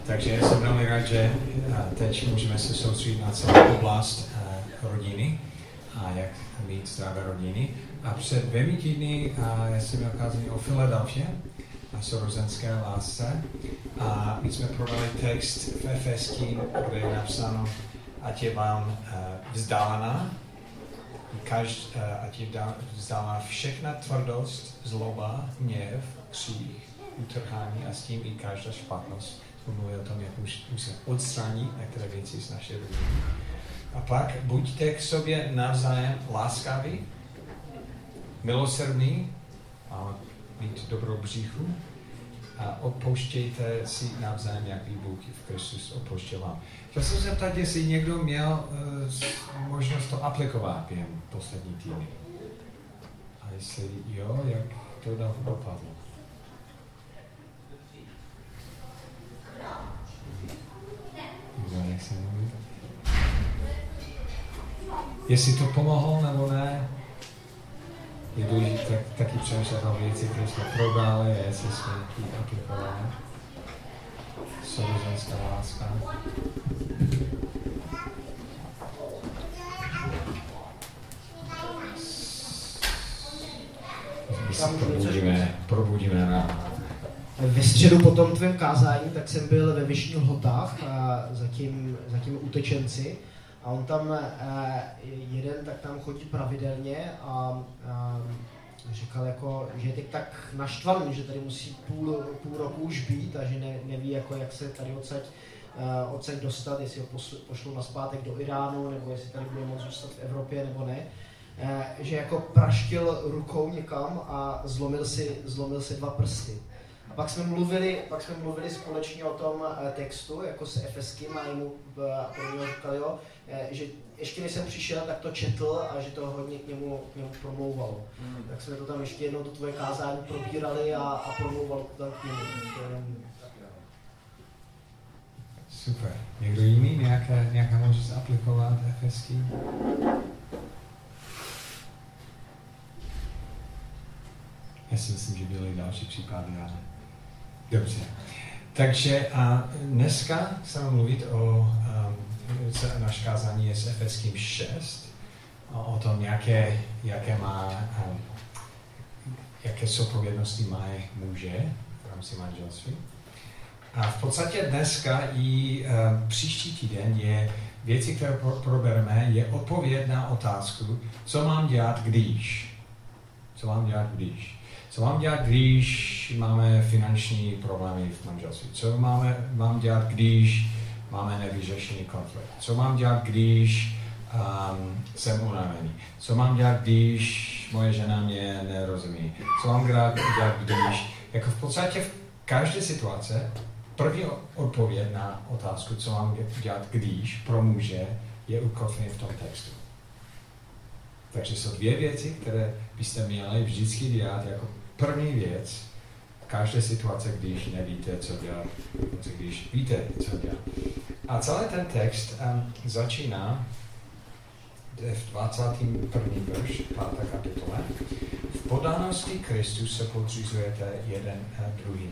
Takže jsem velmi rád, že teď můžeme se soustředit na celou oblast rodiny a jak mít zdravé rodiny. A před 2 týdny já jsem měl kázání o Filadelfii a sourozenské lásce. A my jsme prodali text v Efeským, kde je napsáno, ať je vám vzdálená, ať je vzdálená všechna tvrdost, zloba, hněv, křích, utrhání a s tím i každá špatnost. Mluví o tom, jak musíme odstranit některé věci z naší rodiny. A pak buďte k sobě navzájem láskaví, milosrdní a mít dobrou břichu a odpouštějte si navzájem, jak i Bůh v Kristus odpouštěl vám. Chtěl jsem se zeptat, jestli někdo měl možnost to aplikovat během poslední týdny. A jestli jo, jak to dopadlo. Jestli to pomohlo nebo ne, je důležité taky přemýšlet o věci, které jsme probrali, jestli jsme ji aplikovali. Sourozenská láska. My se probudíme na... Ve středu po tom tvém kázání, tak jsem byl ve Vyšších Lhotách za těmi utečenci a on tam jeden tak tam chodí pravidelně a říkal jako, že je teď tak naštvaný, že tady musí půl roku už být a že neví jako, jak se tady odsaď dostat, jestli ho pošlou nazpátek do Iránu nebo jestli tady bude moct zůstat v Evropě nebo ne. Že jako praštil rukou někam a zlomil si 2 prsty. A pak jsme mluvili společně o tom textu, jako se Efeským a jemu říkal, jo, že ještě než jsem přišel, tak to četl a že to hodně k němu promlouvalo. Tak jsme to tam ještě jednou do tvoje kázání probírali a promlouvalo to tam k němu. Super. Někdo jiný? Nějaká možnost aplikovat Efeským? Já si myslím, že byly další případy, ale dobře. Takže dneska chceme mluvit o naše kázání je z Efeským 6, o tom, jaké zodpovědnosti mají muže v rámci manželství. A v podstatě dneska i příští týden je věci, které probereme, je odpověď na otázku, co mám dělat, když. Co mám dělat, když máme finanční problémy v manželství? Co mám dělat, když máme nevyřešený konflikt? Co mám dělat, když jsem unavený? Co mám dělat, když moje žena mě nerozumí? Co mám dělat, když... Jako v podstatě v každé situace první odpověď na otázku, co mám dělat, když pro muže, je ukotvený v tom textu. Takže jsou 2 věci, které byste měli vždycky dělat jako první věc v každé situace, když nevíte, co dělat, když víte, co dělat. A celý ten text začíná v 21. verš, 5. kapitole. V poddanosti Kristu se podřizujete jeden druhý.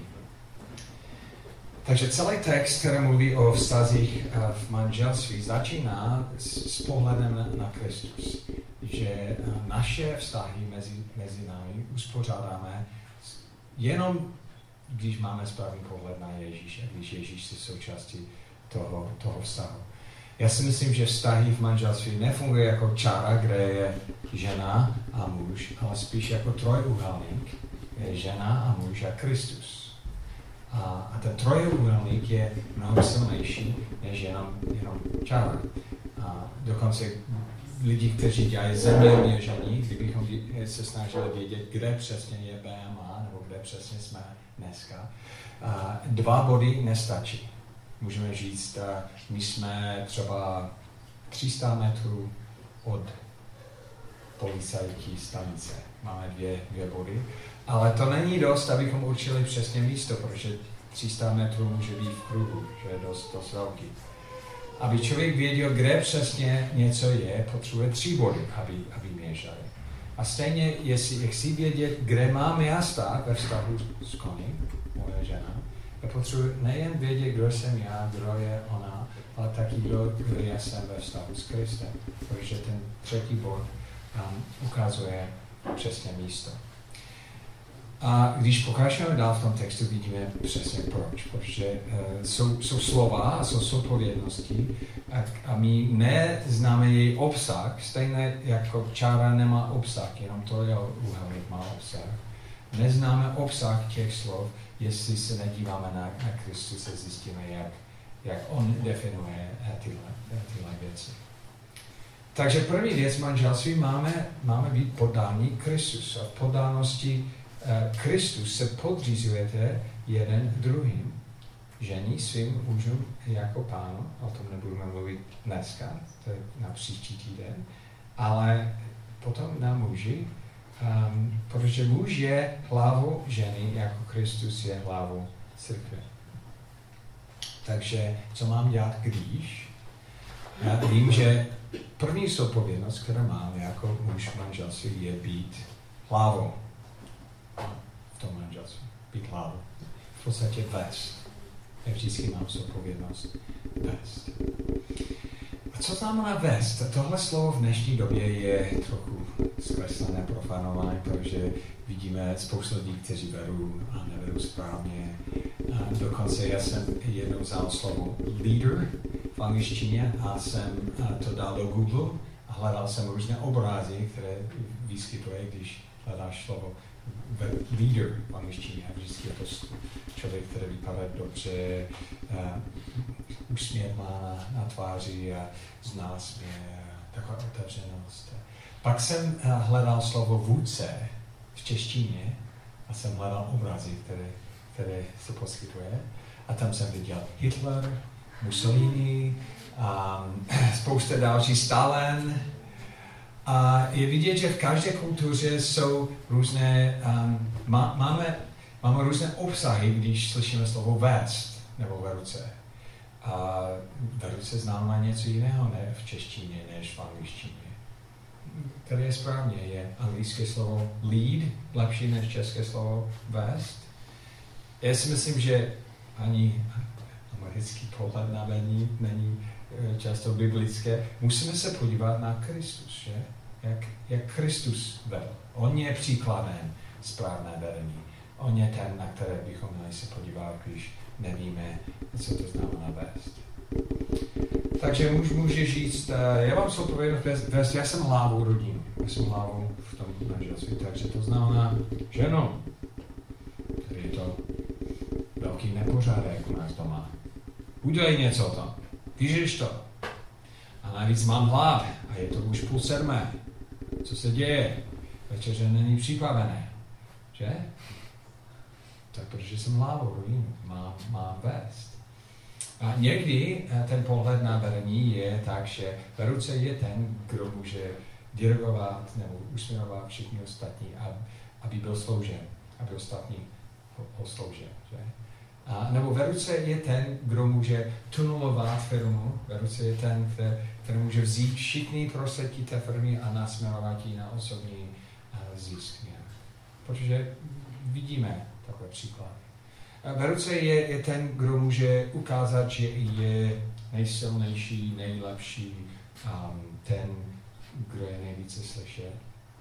Takže celý text, který mluví o vztazích v manželství, začíná s pohledem na Kristus. Že naše vztahy mezi námi uspořádáme jenom, když máme správný pohled na Ježíše, když Ježíš je součástí toho vztahu. Já si myslím, že vztahy v manželství nefungují jako čára, kde je žena a muž, ale spíš jako trojúhelník, je žena a muž a Kristus. A ten trojúhelník je mnohem silnější než jenom čára. A dokonce lidi, kteří dělají zeměměření, kdybychom se snažili vědět, kde přesně je BMA, nebo kde přesně jsme dneska, 2 body nestačí. Můžeme říct, my jsme třeba 300 metrů od policajtí stanice. Máme 2 body, ale to není dost, abychom určili přesně místo, protože 300 metrů může být v kruhu, že je dost velký. Aby člověk věděl, kde přesně něco je, potřebuje 3 body, aby měřili. A stejně, jestli chci vědět, kde mám já stát ve vztahu s Connie, moje žena, Já potřebuji nejen vědět, kdo jsem já, kdo je ona, ale taky kdo já jsem ve vztahu s Kristem. Protože ten třetí bod ukazuje přesně místo. A když pokračujeme dál v tom textu, vidíme přesně proč. Protože jsou slova a jsou odpovědnosti a my neznáme její obsah, stejně jako čára nemá obsah, jenom to je úhelník má obsah. Neznáme obsah těch slov, jestli se nedíváme na Kristus a zjistíme, jak on definuje tyhle věci. Takže první věc manželství máme být poddáni Kristus. A v poddánosti Kristus se podřízujete jeden druhým. Ženy svým mužům jako pánu, o tom nebudeme mluvit dneska, to je na příští týden, ale potom na muži, protože muž je hlavou ženy, jako Kristus je hlavou církve. Takže co mám dělat, když? Já vím, že první zodpovědnost, kterou mám jako muž v manželství, je být hlavou v tom manželství. Být hlavou. V podstatě vést. Já vždycky mám zodpovědnost vést. A co znamená vést? Tohle slovo v dnešní době je trochu zkreslené, profanované, protože vidíme spoustu lidí, kteří berou a neberou správně. A dokonce já jsem jednou vzal slovo leader v angličtině a jsem to dal do Google a hledal jsem různé obrazy, které vyskytuje, když hledáš slovo leader v angličtině. A vždycky je to člověk, který vypadá dobře, úsměv má na tváři a zná směr, taková otevřenost. Pak jsem hledal slovo vůdce v češtině a jsem hledal obrazy, které se poskytuje. A tam jsem viděl Hitler, Mussolini, spousta další, Stalin. A je vidět, že v každé kultuře jsou různé, máme různé obsahy, když slyšíme slovo vést nebo veruce. A veruce znamená něco jiného ne v češtině než v angličtině. Které je správně, je anglické slovo lead lepší než české slovo vést. Já si myslím, že ani americký pohled na vedení není často biblické. Musíme se podívat na Kristus, že? Jak Kristus vedl. On je příkladem správné vedení. On je ten, na které bychom měli se podívat, když nevíme, co to znamená vést. Takže muž může říct, já vám jsou odpovědnost vést, já jsem hlavou rodiny. Já jsem hlavou v tom manželství, takže to znamená ženu. Tady je to velký nepořádek u nás doma. Udělej něco o tom. Vyřeš to. A navíc mám hlad a je to už 6:30. Co se děje? Večeře není připravené. Že? Tak protože jsem hlavou rodiny, mám vést. A někdy ten pohled na vedení je tak, že vedoucí je ten, kdo může dirigovat nebo usměrovat všichni ostatní, aby byl sloužen, aby ostatní ho sloužil. Že? A nebo vedoucí je ten, kdo může tunelovat firmu, vedoucí je ten, který může vzít všichni prostředky té firmy a nasměrovat ji na osobní zisk. Protože vidíme takové příklady. Vedoucí je ten, kdo může ukázat, že je nejsilnější, nejlepší, ten, kdo je nejvíce slyšet.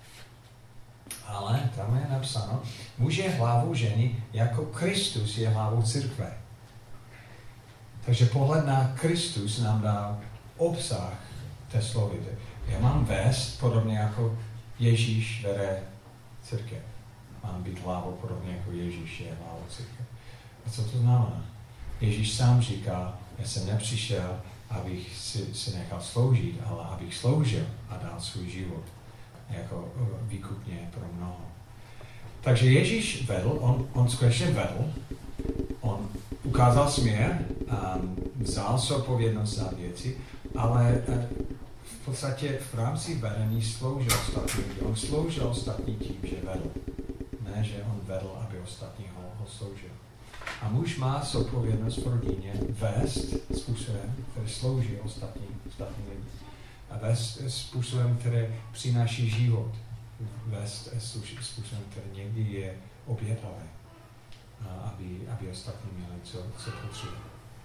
Ale tam je napsáno, muž je hlavou ženy, jako Kristus je hlavou církve. Takže pohled na Kristus nám dá obsah té slovy. Já mám vést podobně jako Ježíš vede církev. Mám být hlavou podobně jako Ježíš je hlavou církev. A co to znamená? Ježíš sám říká, já jsem nepřišel, abych si nechal sloužit, ale abych sloužil a dal svůj život jako výkupně pro mnoho. Takže Ježíš vedl, on skutečně vedl, on ukázal směr, vzal se odpovědnost za věci, ale v podstatě v rámci vedení sloužil ostatní. On sloužil ostatní tím, že vedl. Ne, že on vedl, aby ostatní ho sloužil. A muž má odpovědnost v rodině vést způsobem, který slouží ostatní lidi. A vést způsobem, který přináší život. Vést způsobem, který někdy je obětavé. aby ostatní měli, co potřebují.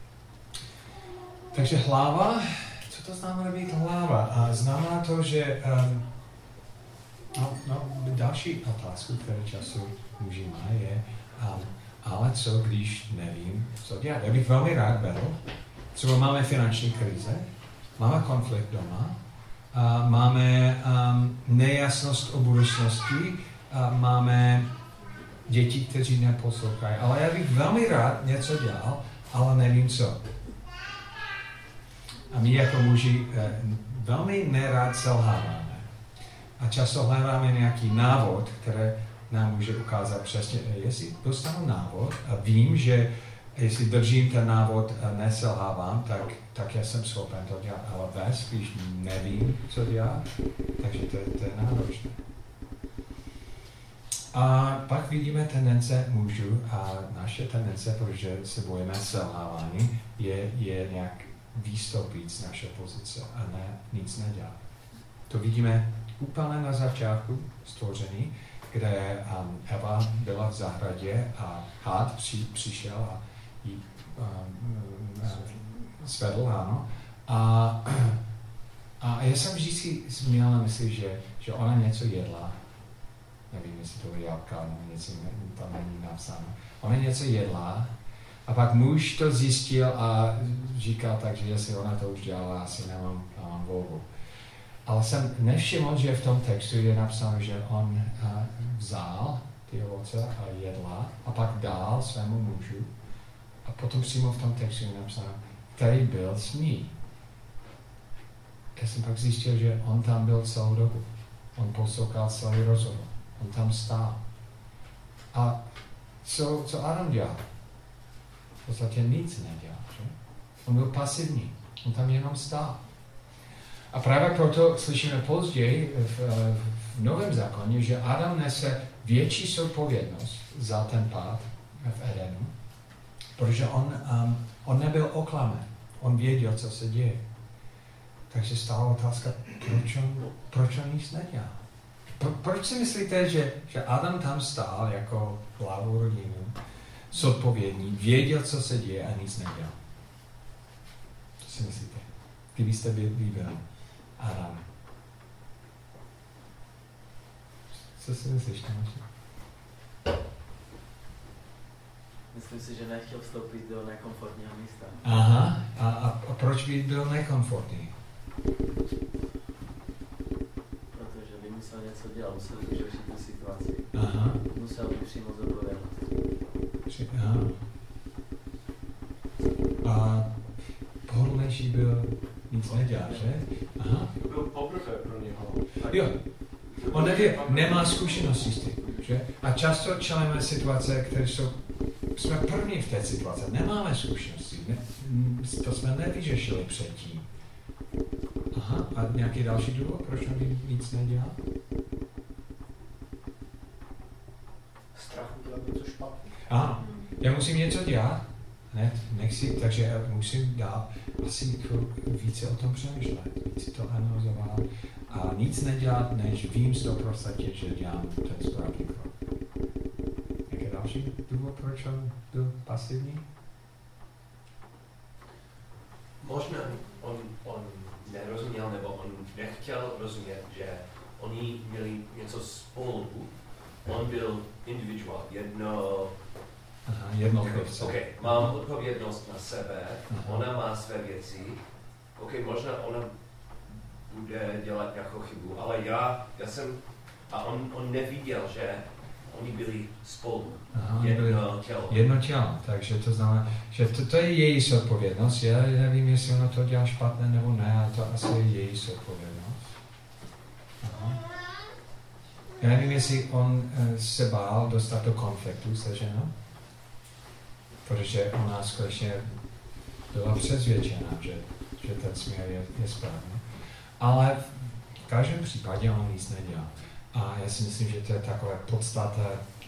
Takže hlava, co to znamená být hlava? A znamená to, že další otázku, kterou času muži má, je ale co, když nevím, co dělat. Já bych velmi rád byl. Třeba máme finanční krize, máme konflikt doma, máme nejasnost o budoucnosti, máme děti, kteří neposlouchají. Ale já bych velmi rád něco dělal, ale nevím co. A my jako muži velmi nerád selháváme. A často hledáme nějaký návod, který nám může ukázat přesně, jestli dostanu návod a vím, že jestli držím ten návod a neselhávám, tak já jsem schopen to dělat. Ale když nevím, co dělat, takže to je náročné. A pak vidíme tendence mužů a naše tendence, protože se bojíme selhávání, je nějak výstoupit z naše pozice a ne nic nedělat. To vidíme úplně na začátku stvoření, kde Eva byla v zahradě a had přišel a ji svedl, ano. A já jsem vždycky měl na mysli, že ona něco jedla. Nevím, jestli to je jabka, nebo něco tam není napsáno. Ona něco jedla a pak muž to zjistil a říkal tak, že jestli ona to už dělala, asi nemám volbu. Ale jsem nevšiml, že v tom textu je napsáno, že on vzal ty ovoce a jedla a pak dal svému mužu a potom přímo v tom textu je napsáno, který byl s ní. Já jsem pak zjistil, že on tam byl celou dobu. On poslouchal celý rozhovor. On tam stál. A co Adam dělal? V podstatě nic nedělal. Že? On byl pasivní. On tam jenom stál. A právě proto slyšíme později v Novém zákoně, že Adam nese větší zodpovědnost za ten pád v Edenu, protože on nebyl oklamen. On věděl, co se děje. Takže stála otázka, proč on nic nedělal? Proč si myslíte, že Adam tam stál jako hlavu rodinu, zodpovědný, věděl, co se děje a nic nedělal? Co si myslíte? Kdybyste byl Adam. Co si myslíš, Tomáši? Myslím si, že nechtěl vstoupit do nekomfortního místa. Aha, a proč by byl nekomfortní? Protože by musel něco dělat, musel vyřešit tu situaci. Aha. Musel by přijmout zodpovědnost. Aha. A pohodlnější byl nic nedělat, že? Aha. To byl poprvé pro něho. Jo. On nemá zkušenosti s tím, že? A často čelíme situace, které jsme první v té situaci. Nemáme zkušenosti. To jsme nevyřešili předtím. Aha. A nějaký další důvod, proč on nic nedělá? Strach udělat něco špatně. Ano. Já musím něco dělat. Takže musím dál asi více o tom přemýšlet, více to analyzovat a nic nedělat, než vím 100%, že dělám ten správný krok. Jaký další důvod, proč on byl pasivní? Možná on nerozuměl, nebo on nechtěl rozumět, že oni měli něco spolu. On byl individuál, Jednotlivce. Okay, mám odpovědnost na sebe, ona má své věci, možná ona bude dělat nějakou chybu, ale já jsem, a on neviděl, že oni byli spolu, jedno tělo. Takže to znamená, že to je její zodpovědnost. Já nevím, jestli ona to dělá špatně nebo ne, ale to asi je její zodpovědnost. Aha. Já nevím, jestli on se bál dostat do konfliktu se ženou, protože ona skutečně byla přesvědčena, že ten směr je správný. Ale v každém případě on nic nedělal. A já si myslím, že to je takové podstata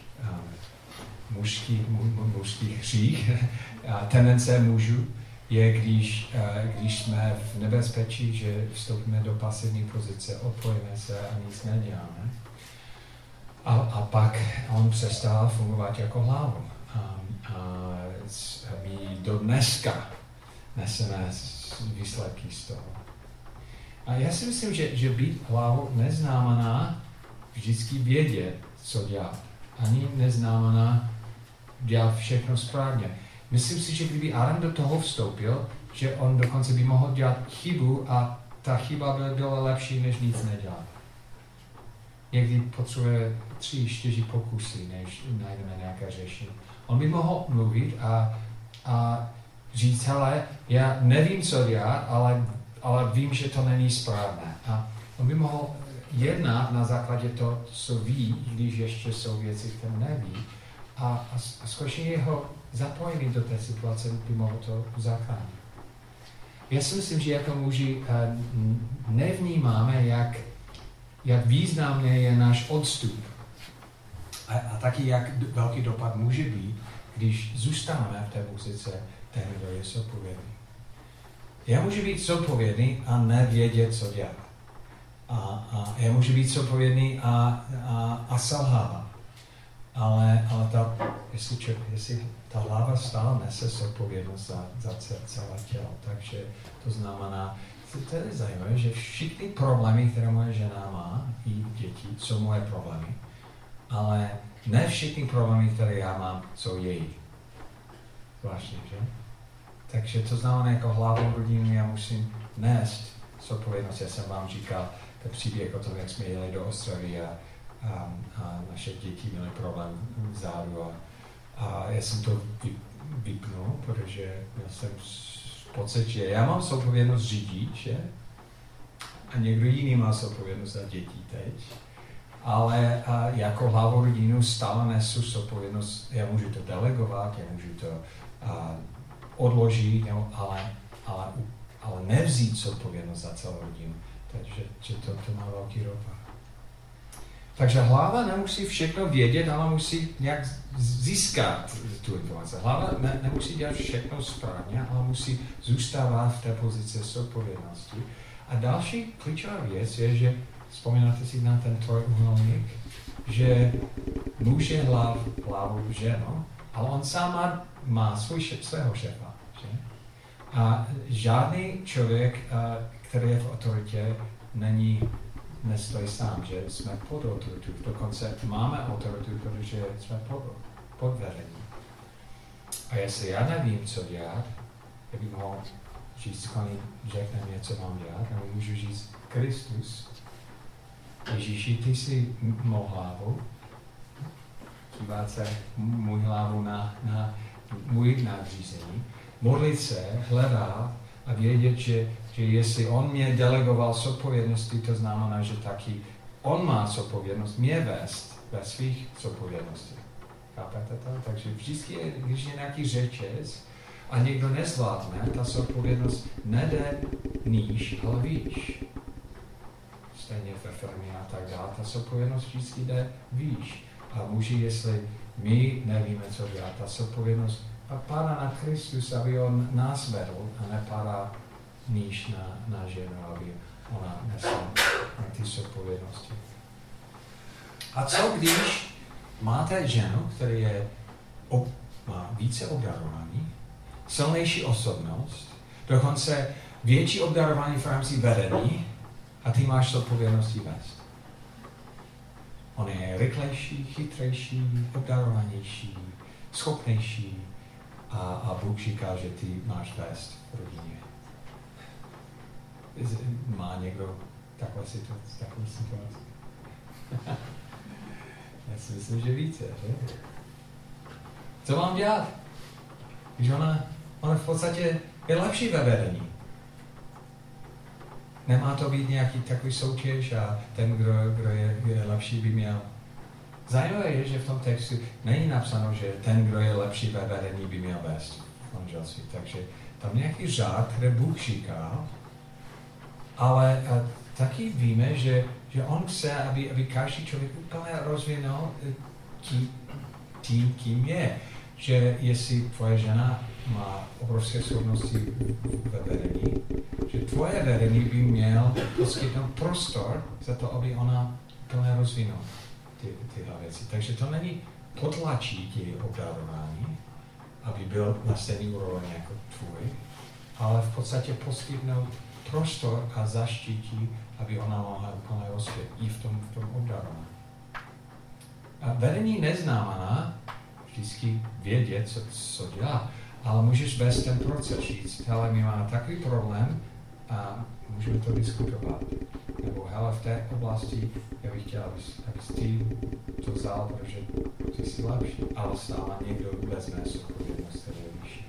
mužských hřích. Tendence mužů je, když jsme v nebezpečí, že vstoupíme do pasivní pozice, odpojíme se a nic neděláme. A pak on přestal fungovat jako hlava. my do dneska neseme výsledky z toho. A já si myslím, že být hlavou neznamená vždycky vědět, co dělat. Ani neznamená dělat všechno správně. Myslím si, že kdyby Adam do toho vstoupil, že on dokonce by mohl dělat chybu a ta chyba byla lepší, než nic nedělat. Někdy potřebuje 3-4 pokusy, než najdeme nějaké řešení. On by mohl mluvit a říct, hele, já nevím, co dělat, ale vím, že to není správné. A on by mohl jednat na základě toho, co ví, když ještě jsou věci, které neví. A skutečně jeho zapojení do té situace by mohlo to zachránit. Já si myslím, že jako muži nevnímáme, jak významný je náš odstup. A taky, jak velký dopad může být, když zůstaneme v té pozici ten, kdo je zodpovědný. Já můžu být zodpovědný a nevědět, co dělat. A já můžu být zodpovědný a selhávat. Ale jestli ta hlava stále nese zodpovědnost za celé tělo. Takže to znamená, to je zajímavé, že všechny problémy, které moje žena má, i děti, jsou moje problémy. Ale ne všechny problémy, které já mám, jsou její. Zvláštní, že? Takže to znamená, jako hlavou rodiny já musím nést zodpovědnost. Já jsem vám říkal ten příběh o tom, jak jsme jeli do Ostravy a naše děti měly problém vzadu a já jsem to vypnul, protože měl jsem pocit, že já mám zodpovědnost řidiče a někdo jiný má zodpovědnost za děti teď. Ale jako hlavou rodinu stále nesu zodpovědnost, já můžu to delegovat, já můžu to odložit, ale nevzít zodpovědnost za celou rodinu. Takže to má velký dopad. Takže hlava nemusí všechno vědět, ale musí nějak získat tu informaci. Hlava nemusí dělat všechno správně, ale musí zůstávat v té pozici zodpovědnosti. A další klíčová věc je, že vzpomínáte si na ten trojúhelník, že muž je hlavou ženu, ale on sám má svého šéfa. Že? A žádný člověk, který je v autoritě, nestojí sám, že jsme pod autoritou. Dokonce máme autoritu, protože jsme pod vedení. A jestli já nevím, co dělat, já bych mohl říct, kolik řekne mě, co mám dělat, a můžu říct, Kristus, Ježíši, ty jsi mou hlavu, dívat se můj hlavu na můj nadřízení, modlit se, hledat a vědět, že jestli on mě delegoval zodpovědnosti, to znamená, že taky on má zodpovědnost mě vést ve svých zodpovědnostech. Chápete to? Takže vždycky, když je nějaký řetěz a někdo nezvládne, ta zodpovědnost nejde níž, ale výš. Stejně ve firmě a tak dále. Ta zodpovědnost vždycky jde výš. A muži, jestli my nevíme, co dělat, ta zodpovědnost padá na Kristus, aby on nás vedl a nepadá níž na ženu, aby ona nesla ty zodpovědnosti. A co když máte ženu, která má více obdarovaní, silnější osobnost, dokonce větší obdarování v rámci vedení a ty máš zodpovědnosti vést. On je rychlejší, chytrejší, obdarovanější, schopnější a Bůh říká, že ty máš vést v rodině. Má někdo takovou situaci? Já si myslím, že více, že? Co mám dělat? Když ona v podstatě je lepší ve vedení. Nemá to být nějaký takový soutěž a ten, kdo je lepší, by měl. Zajímavé je, že v tom textu není napsáno, že ten, kdo je lepší ve vedení, by měl vést v manželství. Takže tam nějaký řád, který Bůh říká, ale taky víme, že on chce, aby každý člověk úplně rozvinul tím, kým je. Že jestli tvoje žena má obrovské schopnosti ve vedení, že tvoje vedení by měl poskytnout prostor za to, aby ona plně rozvinula tyhle věci. Takže to není potlačí ti obdarování, aby byl na stejný úroveň jako tvůj, ale v podstatě poskytnout prostor a zaštítí, aby ona mohla úplně rozkvět i v tom obdarování. A vedení neznamená vždycky vědět, co dělá, ale můžeš vést ten proces říct, hele, my máme takový problém a můžeme to diskutovat. Nebo hele, v té oblasti já bych chtěl, abys ty to vzal, protože ty jsi lepší, ale stále někdo vezme zodpovědnost, který je vyšší.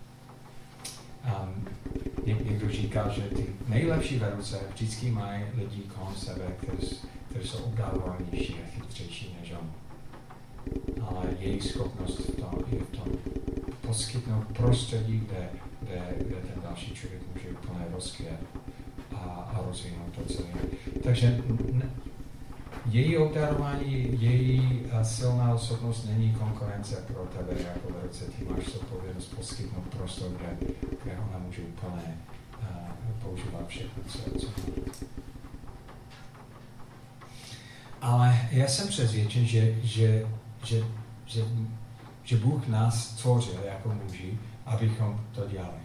Někdo říká, že ty nejlepší vedoucí vždycky mají lidi kolem sebe, kteří jsou obdarovanější a chytřejší než on. Ale jejich schopnost je v tom poskytnout prostředí, kde ten další člověk může úplně rozkvět a rozvinout to, co je. Takže její obdarování, její silná osobnost není konkurence pro tebe jako vedoucí. Ty máš zodpovědnost poskytnout prostor, kde ona může úplně používat všechno, co ale já jsem přesvědčen, že Bůh nás stvořil jako muži, abychom to dělali.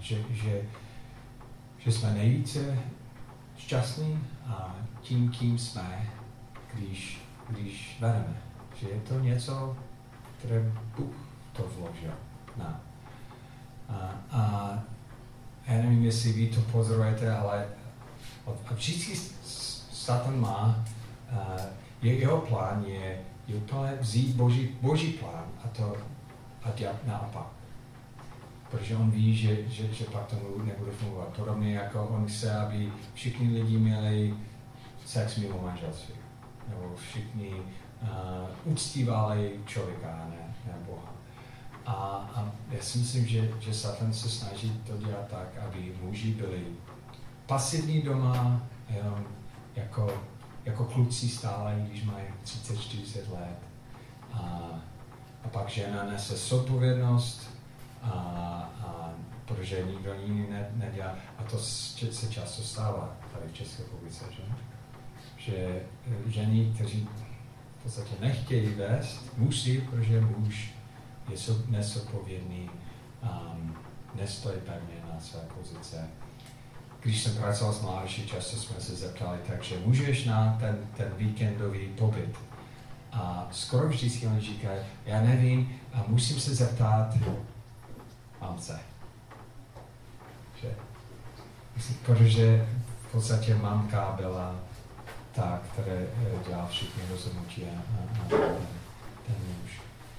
Že jsme nejvíce šťastní a tím, kým jsme, když vedeme. Že je to něco, které Bůh to vložil. A já nevím, jestli vy to pozorujete, ale vždycky Satan má, jeho plán je úplně vzít Boží plán a dělat naopak. Protože on ví, že pak to nebude fungovat. Podobně jako on chce, aby všichni lidi měli sex mimo manželství. Nebo všichni uctívali člověka, ne Boha. A já si myslím, že Satan se snaží to dělat tak, aby muži byli pasivní doma, jenom jako kluci stále, když mají 30-40 let. A pak žena nese zodpovědnost, protože nikdo jiný nedělá. A to se často stává tady v České republice, že ženy, kteří v podstatě nechtějí vést, musí, protože muž je nezodpovědný, nestojí pevně na své pozice. Když jsem pracoval s mládeží, často jsme se zeptali, takže můžeš na ten víkendový pobyt. A skoro vždycky oni říkají, já nevím, a musím se zeptat mamce. Protože v podstatě mamka byla ta, která dělá všechny rozhodnutí a ten muž.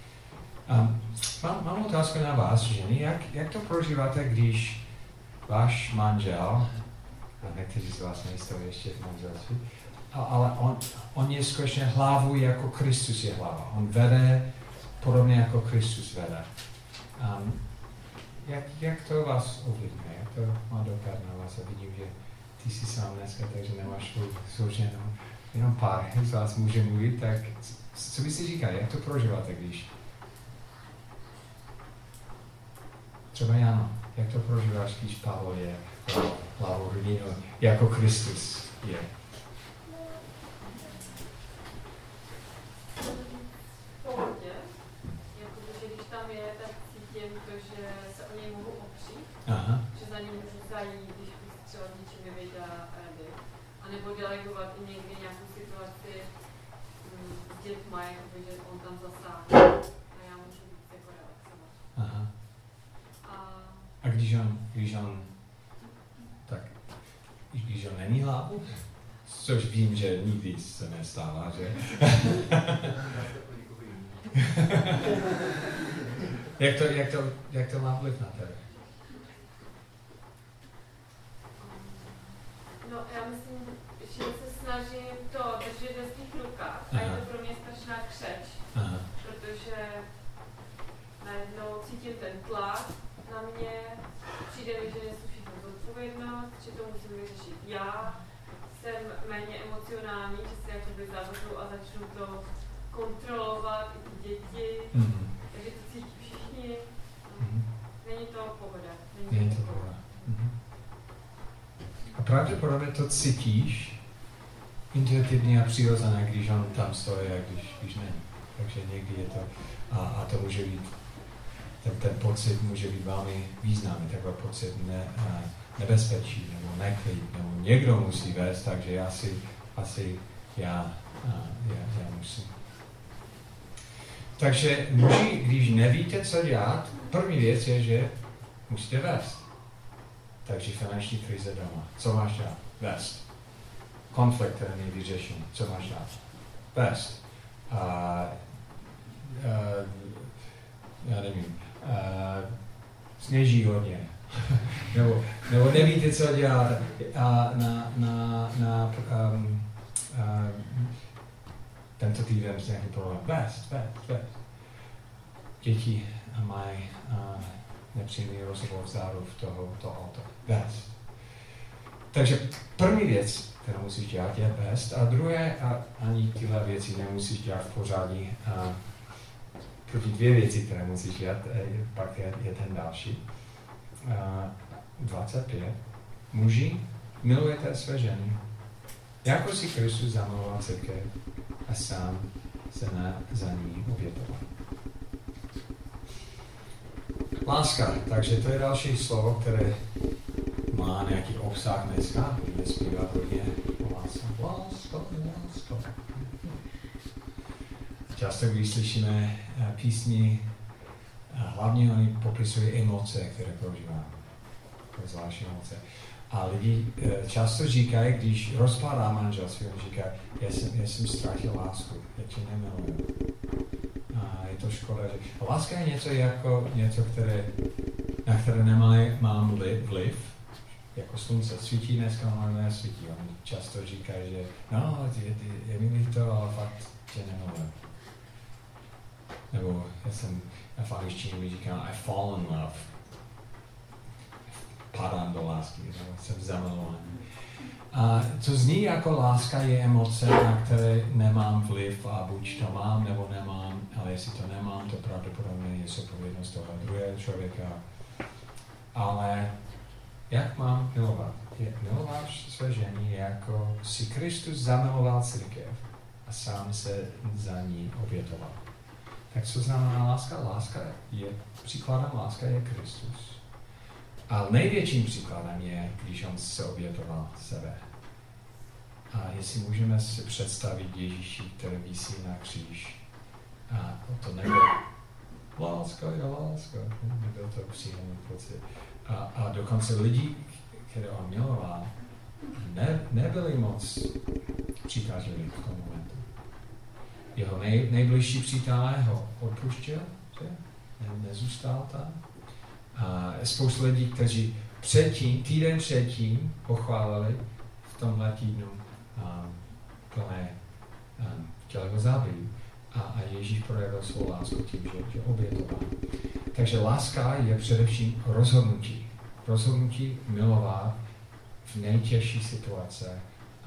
Mám otázku na vás, ženy. Jak to prožíváte, když váš manžel, a někteří z vás nejsou ještě v manželství, ale on je skutečně hlavou jako Kristus je hlava. On vede podobně jako Kristus vede. Jak to vás ovlivňuje? Jak to má dopad na vás? A vidím, že ty jsi sám dneska, takže nemáš svou ženu. Jenom pár z vás může mluvit, tak co by si říkali? Jak to prožíváte, když? Třeba Jano, jak to prožíváš, když Pavel je hlavou rodiny, jako Kristus je? Pohodě. Jakože když tam je, tak cítím to, že se o něj mohu opřít. Aha. Že za ním můžu zajít, když třeba s něčím nevěděla rady. A nebo delegovat i někdy nějakou situaci s dětma, že on tam zasáhne. A já můžu víc jako relaxovat. Aha. A když on není hlavu, což vím, že nikdy se nestává, že? jak to má vliv na tebe? No, já myslím, že se snažím to držet ve svých rukách a je to pro mě strašná křeč, protože najednou cítím ten tlak na mě, přijde mi, že nesu všechno zodpovědnost, že to musím vyřešit já, jsem méně emocionální, že se jakoby zavřu a začnu to kontrolovat i ty děti, takže to cítí všichni. Není to pohoda. Není to pohoda. A pravděpodobně to cítíš intuitivně a přirozené, když on tam stojí a když není. Takže někdy je to, a to může být ten pocit může být velmi významný, takový pocit nebezpečí nebo neklid, nebo někdo musí vést, takže asi já musím. Takže muži, když nevíte, co dělat, první věc je, že musíte vést. Takže finanční krize doma. Co máš dělat? Vést. Konflikt, který není vyřešen. Co máš dělat? Vést. Já nevím. Sněží hodně. nebo nevíte, co dělat tento týden s nějakým problém. Vést. Děti mají nepříjemný rozhovor vzadu v toho auta. Vést. Takže první věc, kterou musíš dělat, je vést, a druhé, a ani tyhle věci nemusíš dělat v pořádí. První dvě věci, které musíš dělat, pak je ten další. 25. Muži, milujete své ženy, jako si Kristus zamiloval církev a sám se za ní obětoval. Láska, takže to je další slovo, které má nějaký obsah dneska, budeme zpívat hodně o lásce. Láska. Často, když slyšíme písni, hlavně oni popisují emoce, které prožíváme. Zvláštní emoce. A lidi často říkají, když rozpadá manželství, oni říkají, já jsem ztratil lásku, já tě nemiluji. A je to škoda, že láska je něco, na které mám vliv, jako slunce svítí dneska, ale nesvítí. Oni často říkají, že je mi to, ale fakt tě nemiluji. Nebo já v angličtině mi říkám, I fall in love. Padám do lásky, jsem zamilovaný. A co zní jako láska je emoce, na které nemám vliv a buď to mám nebo nemám, ale jestli to nemám, to pravděpodobně je zodpovědnost toho druhého člověka. Ale jak mám milovat? Milováš své ženy, jako si Kristus zamiloval církev a sám se za ní obětoval. Tak co znamená láska? Příkladem láska je Kristus. A největším příkladem je, když on se obětoval sebe. A jestli můžeme si představit Ježíši, který visí na kříž, a to nebyl láska, nebyl to příjemný pocit. A dokonce lidi, které on miloval, nebyli moc přitažliví v tom momentu. Jeho nejbližší přítelé ho odpuštěl, nezůstal tam. A spoustu lidí, kteří týden předtím pochválili v tomhle týdnu plné chtěli ho zabít. A Ježíš projevil svou lásku tím, že obětoval. Takže láska je především rozhodnutí. Rozhodnutí milovat v nejtěžší situace.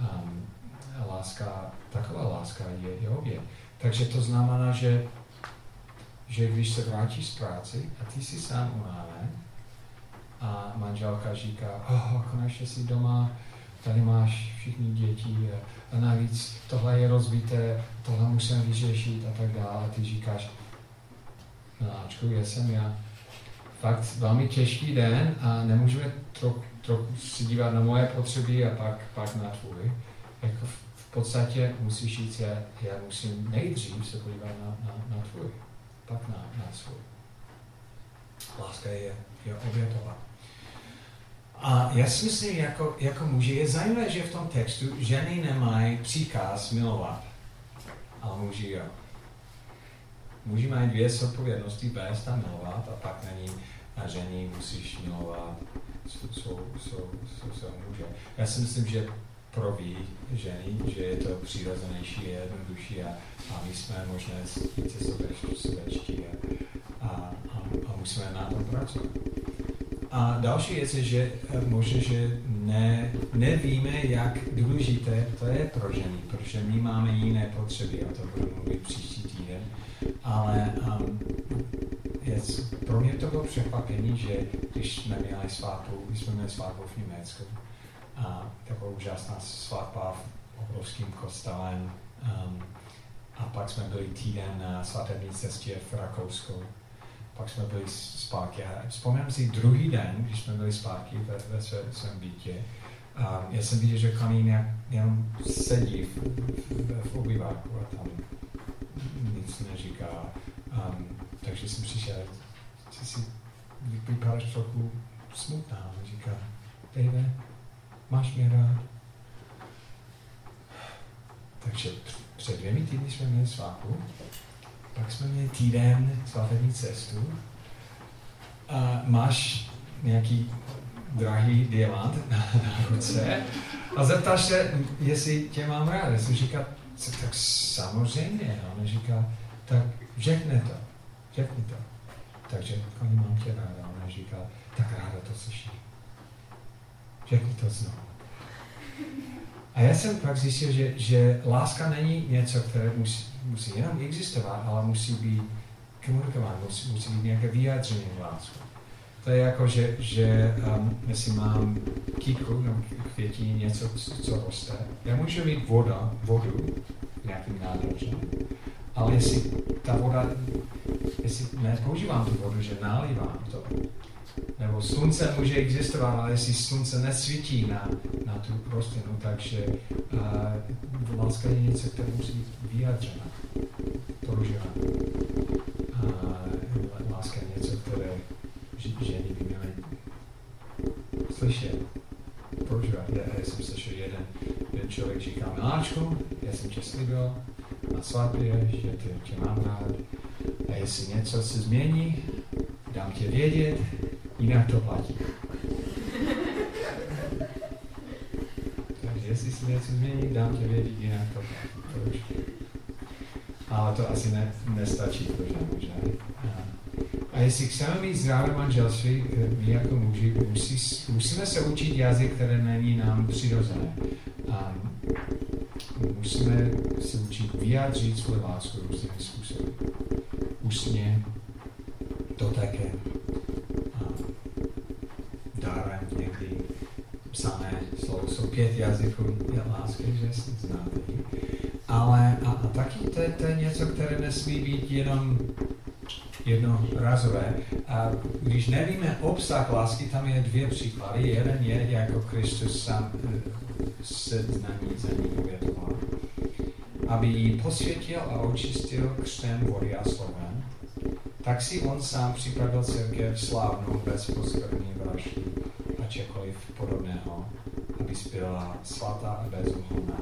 Taková láska je oběť. Takže to znamená, že když se vrátíš z práci a ty jsi sám unaven a manželka říká, konečně jsi doma, tady máš všichni děti a navíc tohle je rozbité, tohle musím vyřešit a tak dále. A ty říkáš, miláčku, já fakt velmi těžký den a nemůžeme trochu si dívat na moje potřeby a pak na tvůj. Jako v podstatě musíš říct, já musím nejdřív se podívat na tvůj. Pak na svůj. Láska je obětová. A já si myslím, jako muži, je zajímavé, že v tom textu ženy nemají příkaz milovat, ale muži jo. Muži mají dvě zodpovědnosti, vést a milovat, a pak na ženy musíš milovat svou muže. Já si myslím, že pro ženy, že je to přirozenější, je jednodušší a my jsme možná více sobečtí a musíme na tom pracovat. A další věc je, že možná, že nevíme, jak důležité to je pro ženy, protože my máme jiné potřeby, o tom budu mluvit příští týden, ale pro mě to bylo překvapení, že když jsme měli svatbu v Německu, taková úžasná svatba v obrovským kostelem. A pak jsme byli týden na svatební cestě v Rakousku. pak jsme byli zpátky. A vzpomínám si druhý den, když jsme byli zpátky ve svém bytě, já jsem viděl, že Connie jenom sedí v obyváku a tam nic neříká. Takže jsem přišel, že si vypadáš trochu smutná. Říká, baby, máš mě rád? Takže před 2 týdny jsme měli svátek, pak jsme měli týden svatební cestu. Máš nějaký drahý diamant na ruce a zeptáš se, jestli tě mám rád. Já jsem říkal, tak samozřejmě. A on říká, tak řekni to. Takže Connie, mám tě ráda. A ona říká, tak ráda to slyší. Řekni to znovu. A já jsem pak zjistil, že láska není něco, které musí jenom existovat, ale musí být komunikováno, musí být nějaké vyjádření lásky. To je jako, že jestli mám kytku nebo květí, něco, co roste, já můžu mít vodu nějakým nádržem, ale jestli ta voda, jestli nepoužívám tu vodu, že nalívám to, nebo slunce může existovat, ale jestli slunce nesvítí na tu rostlinu, takže láska je něco, které musí být vyjádřena, používána. Láska je něco, které ženy by měly slyšet, používat. Já jsem slyšel jeden člověk říká, miláčku, já jsem tě slíbil na svatbě, že tě mám rád a jestli něco se změní, dám tě vědět, jinak to platí. Takže jestli se něco změní, dám tě vědět, jinak to platí. Ale to asi nestačí pro ženu, že? A jestli chceme mít zdravé manželství, my jako muži, musíme se učit jazyk, které není nám přirozené. Musíme se učit vyjádřit svou lásku různými způsoby. Ústně, dotekem, dárem někdy, psané slovo. Jsou 5 jazyků lásky, že si znáte. Ale a taky to je něco, které nesmí být jenom jednorázové. A když nevíme obsah lásky, tam je 2 příklady. Jeden je, jako Kristus sám se na ní za ní obětoval, aby ji posvětil a očistil křtem vody a slovem, tak si on sám připravil církev slávnou bez poskvrny, vraždy a čekoliv podobného, aby byla svatá a bezúhonná.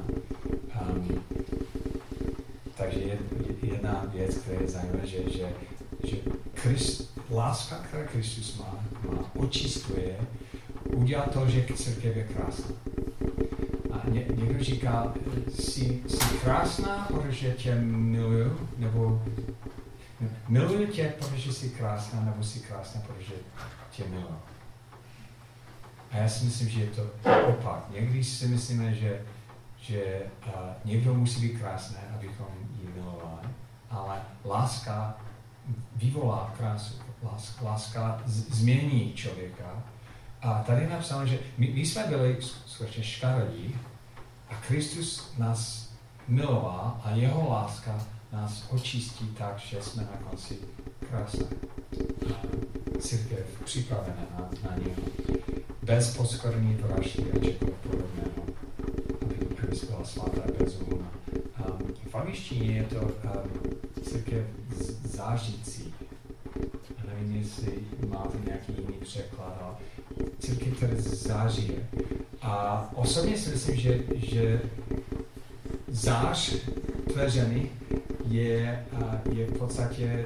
Takže jedna věc, která je zajímavá, že láska, která Kristus má očistuje, udělá to, že církev je krásná. A někdo říká, jsi krásná, protože tě miluju, nebo miluju tě, protože jsi krásná, nebo jsi krásná, protože tě miluju. A já si myslím, že je to opak. Někdy si myslíme, že někdo musí být krásný, abychom ji milovali, ale láska vyvolá krásu. Láska změní člověka. A tady je napsáno, že my jsme byli skutečně škaredí a Kristus nás miloval a jeho láska nás očistí tak, že jsme na konci krásné. Církev připravená na něho. Bez poskvrny, vraždy a čekoliv podobného, aby byla svatá bezúhonná. V angličtině je to církev zářící. Já nevím, jestli máte nějaký jiný překlad, ale církev, které září. A osobně si myslím, že zář tvé ženy je v podstatě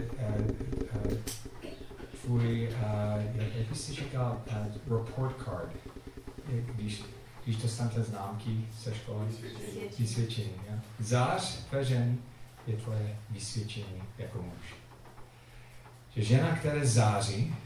tvůj, jak bys si říkal, report card, když dostanete známky ze školy, vysvědčení. Ja? Zář tvé ženy je tvoje vysvědčení jako muž. Že žena, která září,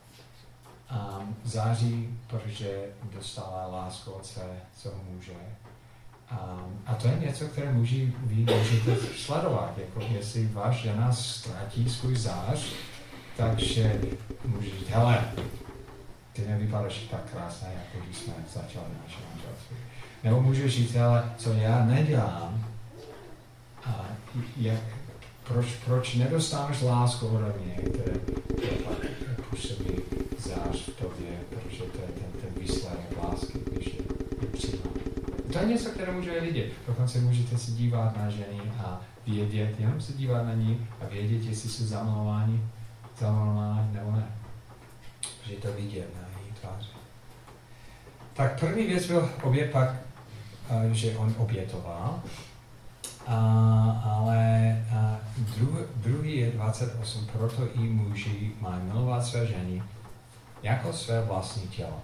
protože dostala lásku od svého muže. A to je něco, které můžete sledovat. Jako jestli váš žena ztratí svůj zář, takže může říct, hele, ty nevypadáš tak krásně, jako když jsme začali naše manželství. Nebo může říct, hele, co já nedělám, proč nedostáváš lásku ode mě, které působí zář v tobě, protože to je ten výsledek lásky, když je přímá. To je něco, které můžeme vidět. Dokonce můžete se dívat na ženy a vědět, jenom se dívat na ní a vědět, jestli jsou zamilovaní nebo ne. Protože to vidět na její tváři. Tak první věc byl obět pak, že on obětoval, ale druhý je 28, proto i muži mají milovat své ženy jako své vlastní tělo.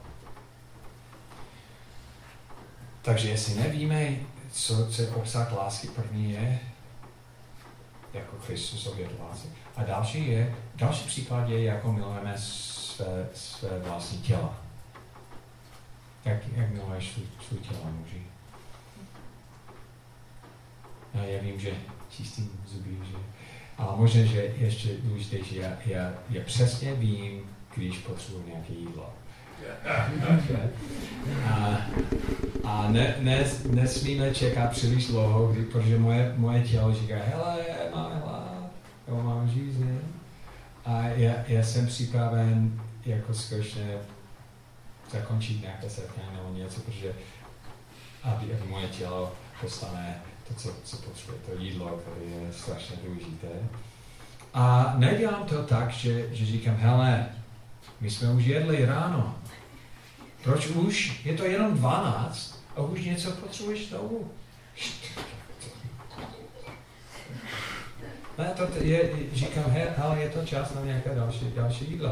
Takže jestli nevíme, co je obsah lásky, první je jako Kristus obětoval se. A další příklad je, jako milujeme své vlastní tělo. Jak miluješ svůj tělo, muži? Já vím, že čistým zuby, že... Ale možná, že ještě důležitější, já přesně vím, když potřebuji nějaké jídlo. A nesmíme čekat příliš dlouho, protože moje tělo říká, hele, máme hlad, nebo mám žízeň. A já jsem připraven jako skutečně zakončit nějaké setkání nebo něco, protože aby moje tělo dostane to, co potřebuje, to jídlo, které je strašně důležité. A nedělám to tak, že říkám, hele, my jsme už jedli ráno. Proč už? Je to jenom 12 a už něco potřebuješ znovu. Ne, říkám, hele, je to čas na nějaké další jídlo.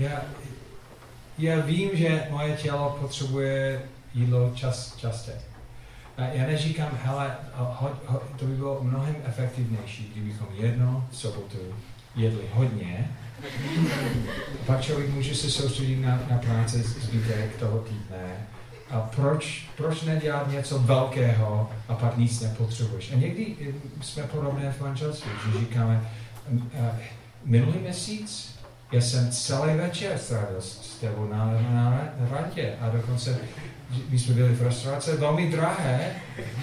Já vím, že moje tělo potřebuje jídlo častěji. Já neříkám, hele, to by bylo mnohem efektivnější, kdybychom jednou v sobotu jedli hodně, a pak člověk může se soustředit na práci zbytek toho týdne. A proč nedělat něco velkého a pak nic nepotřebuješ? A někdy jsme podobné v manželství, že říkáme, minulý měsíc já jsem celý večer strávil s tebou na randě a dokonce my jsme byli v restauraci velmi drahé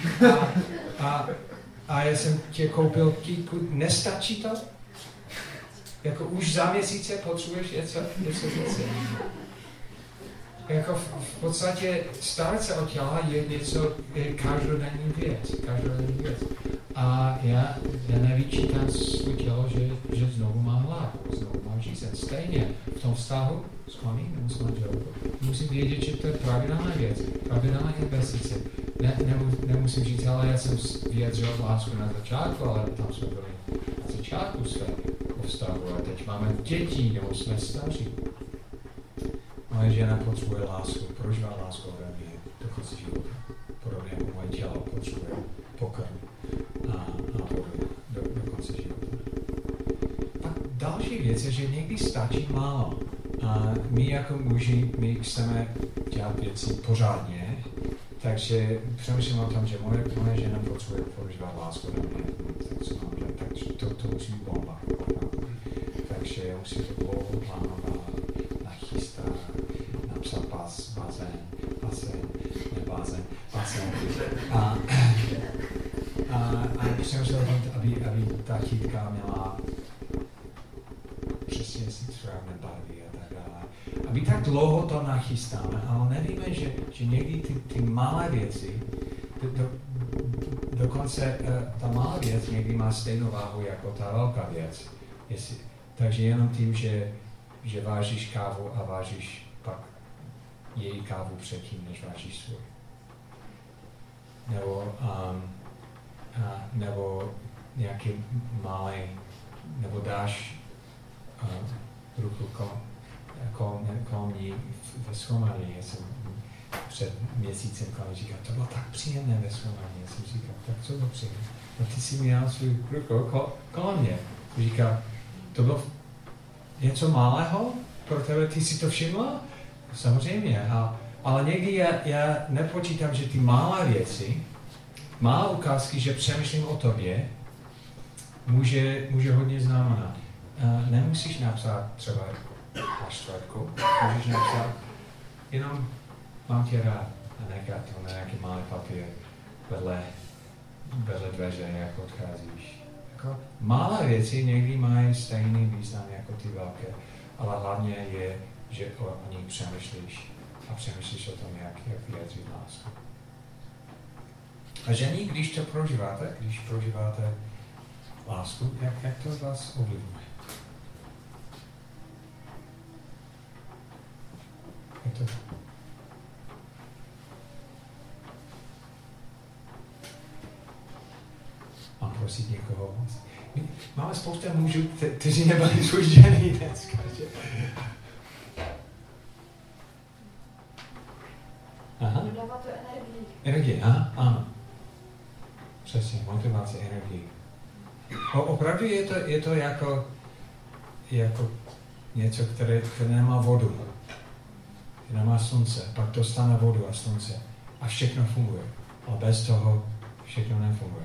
a já jsem tě koupil kytku, nestačí to? Jako už za měsíce potřebuješ něco více. Jako v podstatě starat se o těla je něco každodenní věc. A já nevyčítám svůj tělo, že znovu mám hlad, znovu mám žízeň. Stejně v tom vztahu s mamí nebo s manželkou musím vědět, že to je pravidelná věc, pravidelná investice. Nemusím říct, ale já jsem vyjadřil lásku na začátku, ale tam jsme byli na začátku svého vztahu a teď máme děti, nebo jsme staří. Moje žena potřebuje lásku. Proč má lásku ode mě do konce života? Podobně jako moje tělo potřebuje pokrm a vodu do konce života. Pak další věc je, že někdy stačí málo. A my jako muži, my chceme dělat věci pořádně, takže přemýšlím o tom, že moje žena potřebuje používat lásku ode mě. Tak co mám dělat? Takže to musí být bomba. Takže já musím to dlouho plánovat, nachystat, napsat bazén. A přemýšlel o tom, aby ta títka měla přesně si správné barvy a tak dále. A my tak dlouho to nachystáme, ale nevíme, že někdy ty malé věci, dokonce ta malá věc někdy má stejnou váhu jako ta velká věc. Takže jenom tím, že vážíš kávu a vážíš pak její kávu předtím, než vážíš svůj. Nebo nějaký malý, nebo dáš ruku kolem ní ve shromáždění. Já jsem před měsícem říkal, to bylo tak příjemné ve shromáždění. Já jsem říkal, tak co to příjemné? No ty jsi měl svůj ruku kolem mě. Říkal, to bylo něco malého pro tebe, ty si to všimla? Samozřejmě, ale někdy já nepočítám, že ty malé věci, malé ukázky, že přemýšlím o tobě, může hodně znamenat. Nemusíš napsat třeba na čtvrtku, můžeš napsat jenom mám tě rád a nechat to na nějaký malý papír vedle dveře, jak odcházíš. jako malé věci někdy mají stejný význam jako ty velké, ale hlavně je, že o nich přemýšlíš a přemýšlíš o tom, jak vyjádřit lásku. A žení, když to prožíváte, když prožíváte lásku, jak to vás ovlivňuje? Jak to? Mám prosit někoho. Máme spoustu mužů, kteří nebyli zúžděný dneska. Aha. Dává to energii. Energie, aha, ano. Přesně, motivace, energie. Opravdu je to jako něco, které nemá vodu. Nemá slunce, pak dostane vodu a slunce. A všechno funguje. Ale bez toho všechno nefunguje.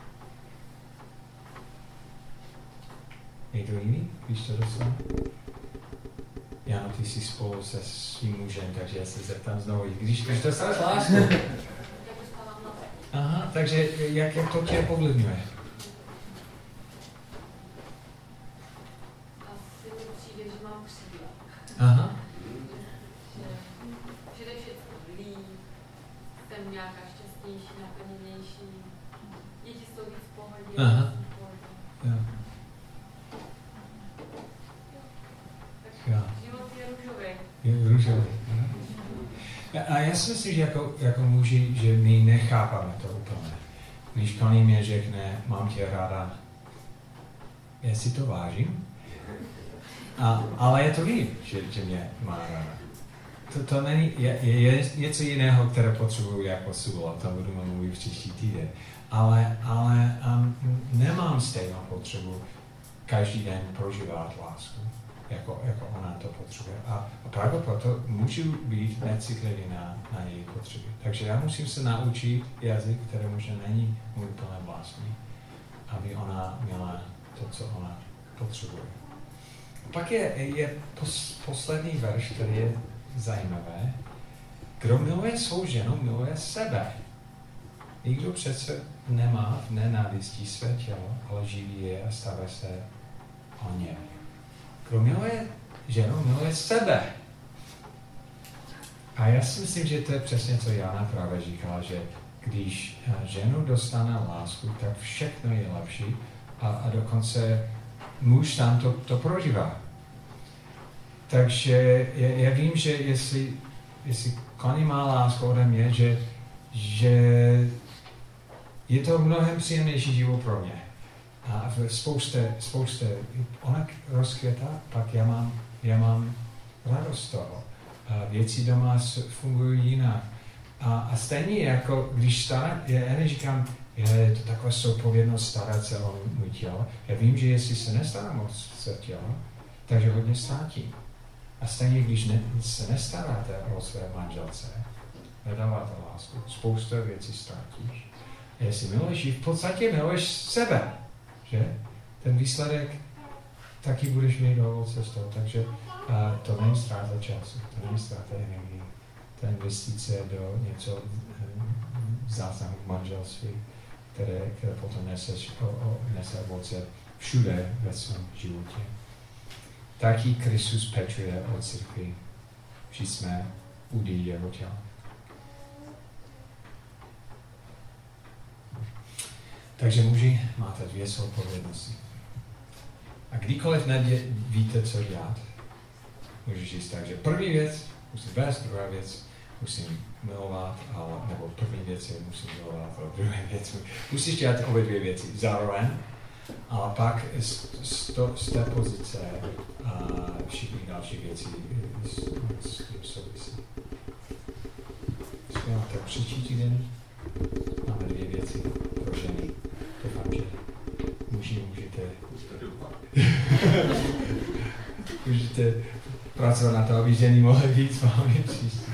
Někdo jiný, když to dostane? Jano, ty jsi spolu se svým mužem, takže já se zeptám znovu. Když dostaneš lásku. Aha, takže jak to tě ovlivňuje? Asi mi přijde, že mám křídla. Aha. Že jde všechno líp, jsem nějaká šťastnější, naplněnější, děti jsou víc v pohodě. Aha. Jo. Jo. Život je růžový. Je růžový. A já si myslím, že jako muži, že my nechápáme to úplně. Když Connie mě řekne, mám tě ráda, já si to vážím, ale je to líp, že mě má ráda. To není, je něco jiného, které potřebuji jako sůl, o tom budu mluvit příští týden. Ale nemám stejnou potřebu každý den prožívat lásku, jako ona to potřebuje. A právě proto můžu být necitlivý na její potřeby. Takže já musím se naučit jazyk, který možná není můj plně vlastní, aby ona měla to, co ona potřebuje. Pak je poslední verš, který je zajímavé. Kdo miluje svou ženu, miluje sebe. Nikdo přece nemá v nenávistí své tělo, ale živí je a stará se o ně. Kdo miluje ženu, miluje sebe. A já si myslím, že to je přesně, co Jana právě říkala, že když ženu dostane lásku, tak všechno je lepší a dokonce muž tam to prožívá. Takže já vím, že jestli Connie má lásku ode mě, že je to mnohem příjemnější život pro mě. A spousta, ona rozkvětá, pak já mám radost z toho. Věci doma fungují jinak. A stejně jako když starám, já neříkám, je to taková zodpovědnost starat se o můj tělo. Já vím, že jestli se nestarám o své tělo, takže hodně ztratím. A stejně, když se nestaráte o své manželce, nedáváte lásku, spousta věcí ztratíš. A jestli miluješ, v podstatě miluješ sebe, že? Ten výsledek taky budeš mít ovoce z toho, takže to není ztráta času, to není ztráta energie. To je investice do něco záznamu v manželství, které potom nese ovoce všude ve svém životě. Taky Kristus pečuje o církvi, že jsme údy jeho těla. Takže muži, máte dvě zodpovědnosti. A kdykoliv nevíte, co dělat, můžeš říct tak, že první věc musím vést, druhá věc musím milovat, nebo první věc je musím milovat, ale druhá věc musíš dělat obě dvě věci zároveň. A pak z té pozice všechny další věci souvisí. Tak příští týden máme dvě věci pro ženy. Doufám, že můžete pracovat na to, aby ženy mohly víc s vámi příští